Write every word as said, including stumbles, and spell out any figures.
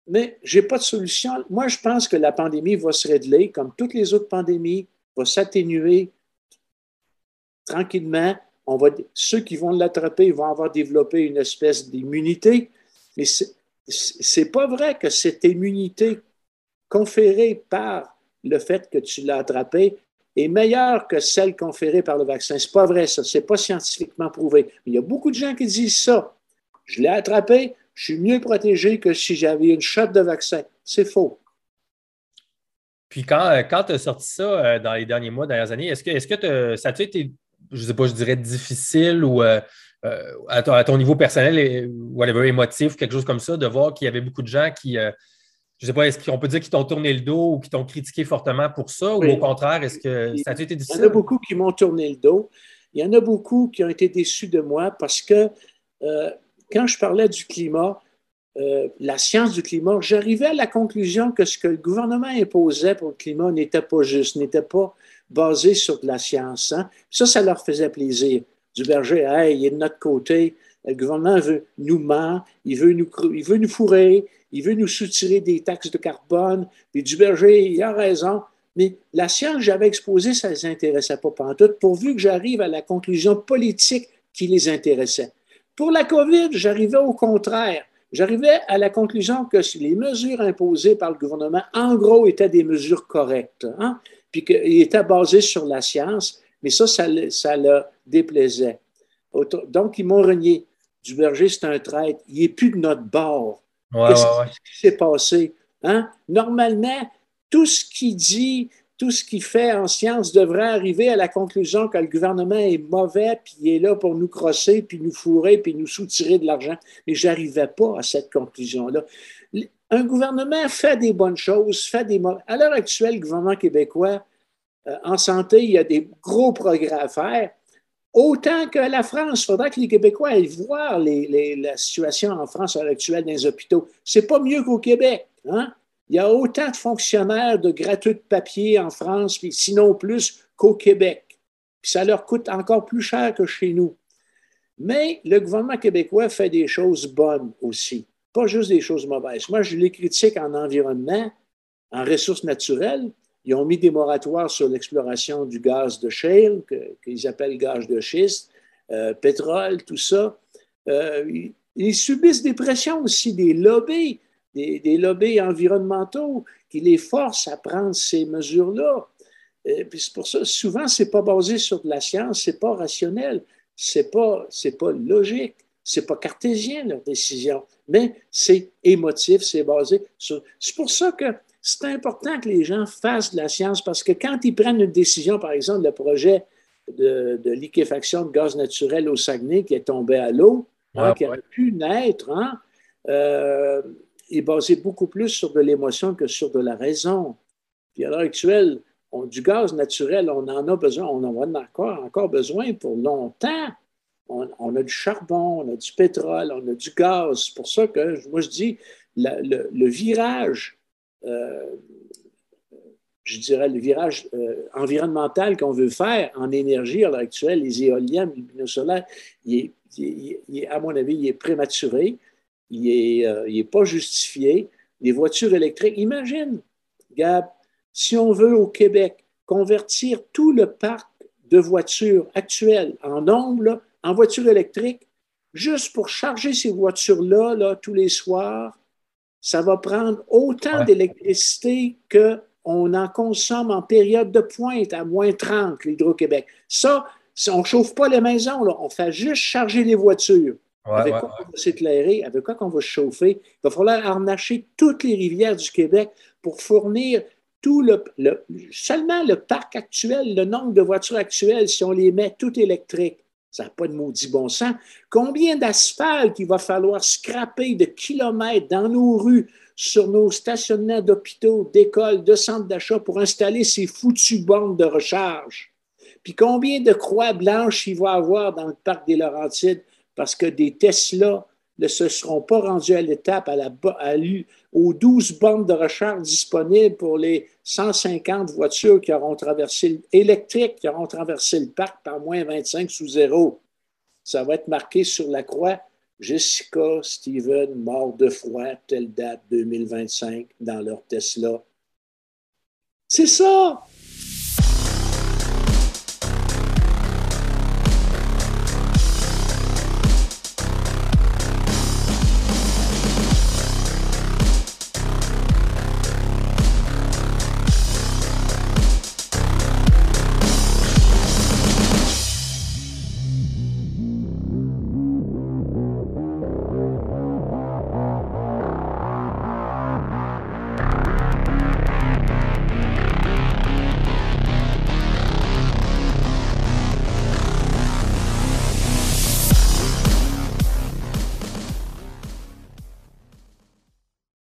mais je n'ai pas de solution. Moi, je pense que la pandémie va se régler, comme toutes les autres pandémies, va s'atténuer tranquillement. On va, ceux qui vont l'attraper vont avoir développé une espèce d'immunité, mais ce n'est pas vrai que cette immunité conférée par le fait que tu l'as attrapé est meilleure que celle conférée par le vaccin. Ce n'est pas vrai, ça. Ce n'est pas scientifiquement prouvé. Mais il y a beaucoup de gens qui disent ça. Je l'ai attrapé, je suis mieux protégé que si j'avais une shot de vaccin. C'est faux. Puis quand, quand tu as sorti ça euh, dans les derniers mois, dernières années, est-ce que, est-ce que ça a été, je ne sais pas, je dirais difficile ou euh, euh, à, ton, à, ton, niveau personnel, et, whatever, émotif, quelque chose comme ça, de voir qu'il y avait beaucoup de gens qui, euh, je ne sais pas, est-ce qu'on peut dire qu'ils t'ont tourné le dos ou qui t'ont critiqué fortement pour ça, ou au Oui. contraire, est-ce que ça a été Il y en a difficile? beaucoup qui m'ont tourné le dos. Il y en a beaucoup qui ont été déçus de moi parce que euh, quand je parlais du climat, euh, la science du climat, j'arrivais à la conclusion que ce que le gouvernement imposait pour le climat n'était pas juste, n'était pas basé sur de la science. Hein. Ça, ça leur faisait plaisir. Duverger, hey, il est de notre côté. Le gouvernement veut nous ment, il veut nous, il veut nous fourrer, il veut nous soutirer des taxes de carbone. Puis Duverger, il a raison. Mais la science que j'avais exposée, ça ne les intéressait pas pantoute, pourvu que j'arrive à la conclusion politique qui les intéressait. Pour la COVID, j'arrivais au contraire. J'arrivais à la conclusion que les mesures imposées par le gouvernement, en gros, étaient des mesures correctes, hein? Puis qu'elles étaient basées sur la science, mais ça, ça, ça leur déplaisait. Donc, ils m'ont renié. Duverger, c'est un traître. Il n'est plus de notre bord. Ouais, Qu'est-ce ouais, ouais. qui s'est passé? Hein? Normalement, tout ce qu'il dit, tout ce qu'il fait en science devrait arriver à la conclusion que le gouvernement est mauvais, puis il est là pour nous crosser, puis nous fourrer, puis nous soutirer de l'argent. Mais je n'arrivais pas à cette conclusion-là. Un gouvernement fait des bonnes choses, fait des mauvaises. À l'heure actuelle, le gouvernement québécois, euh, en santé, il y a des gros progrès à faire. Autant que la France, il faudra que les Québécois aillent voir les, les, la situation en France à l'heure actuelle dans les hôpitaux. C'est pas mieux qu'au Québec. Hein? Il y a autant de fonctionnaires de gratteux de papier en France, puis sinon plus qu'au Québec. Puis ça leur coûte encore plus cher que chez nous. Mais le gouvernement québécois fait des choses bonnes aussi, pas juste des choses mauvaises. Moi, je les critique en environnement, en ressources naturelles. Ils ont mis des moratoires sur l'exploration du gaz de shale, que, qu'ils appellent gaz de schiste, euh, pétrole, tout ça. Euh, ils, ils subissent des pressions aussi, des lobbies, des, des lobbies environnementaux qui les forcent à prendre ces mesures-là. Et puis c'est pour ça, souvent, ce n'est pas basé sur de la science, ce n'est pas rationnel, ce n'est pas, c'est pas logique, ce n'est pas cartésien, leur décision, mais c'est émotif, c'est basé sur... C'est pour ça que c'est important que les gens fassent de la science parce que quand ils prennent une décision, par exemple, le projet de, de liquéfaction de gaz naturel au Saguenay qui est tombé à l'eau, Ouais, hein, qui ouais. aurait pu naître, hein, euh, est basé beaucoup plus sur de l'émotion que sur de la raison. Puis à l'heure actuelle, on, du gaz naturel, on en a besoin, on en a encore, encore besoin pour longtemps. On, on, a du charbon, on a du pétrole, on a du gaz. C'est pour ça que moi je dis la, le, le virage euh, je dirais, le virage euh, environnemental qu'on veut faire en énergie à l'heure actuelle, les éoliennes, les lumineux solaires, il est, il est, il est, à mon avis, il est prématuré, il n'est euh, pas justifié. Les voitures électriques, imagine, Gab, si on veut au Québec convertir tout le parc de voitures actuelles en nombre, en voitures électriques, juste pour charger ces voitures-là là, tous les soirs, ça va prendre autant Ouais. d'électricité qu'on en consomme en période de pointe à moins trente, l'Hydro-Québec. Ça, on ne chauffe pas les maisons, là. On fait juste charger les voitures. Ouais, Avec ouais, quoi on va s'éclairer? Avec quoi on va se chauffer? Il va falloir harnacher toutes les rivières du Québec pour fournir tout le, le, seulement le parc actuel, le nombre de voitures actuelles, si on les met toutes électriques. Ça n'a pas de maudit bon sens. Combien d'asphalte il va falloir scraper de kilomètres dans nos rues, sur nos stationnements d'hôpitaux, d'écoles, de centres d'achat pour installer ces foutues bornes de recharge? Puis combien de croix blanches il va avoir dans le parc des Laurentides parce que des Tesla ne se seront pas rendus à l'étape à la, à, aux douze bornes de recharge disponibles pour les cent cinquante voitures qui auront traversé électriques qui auront traversé le parc par moins vingt-cinq sous zéro. Ça va être marqué sur la croix Jessica, Steven, mort de froid, telle date deux mille vingt-cinq dans leur Tesla. C'est ça!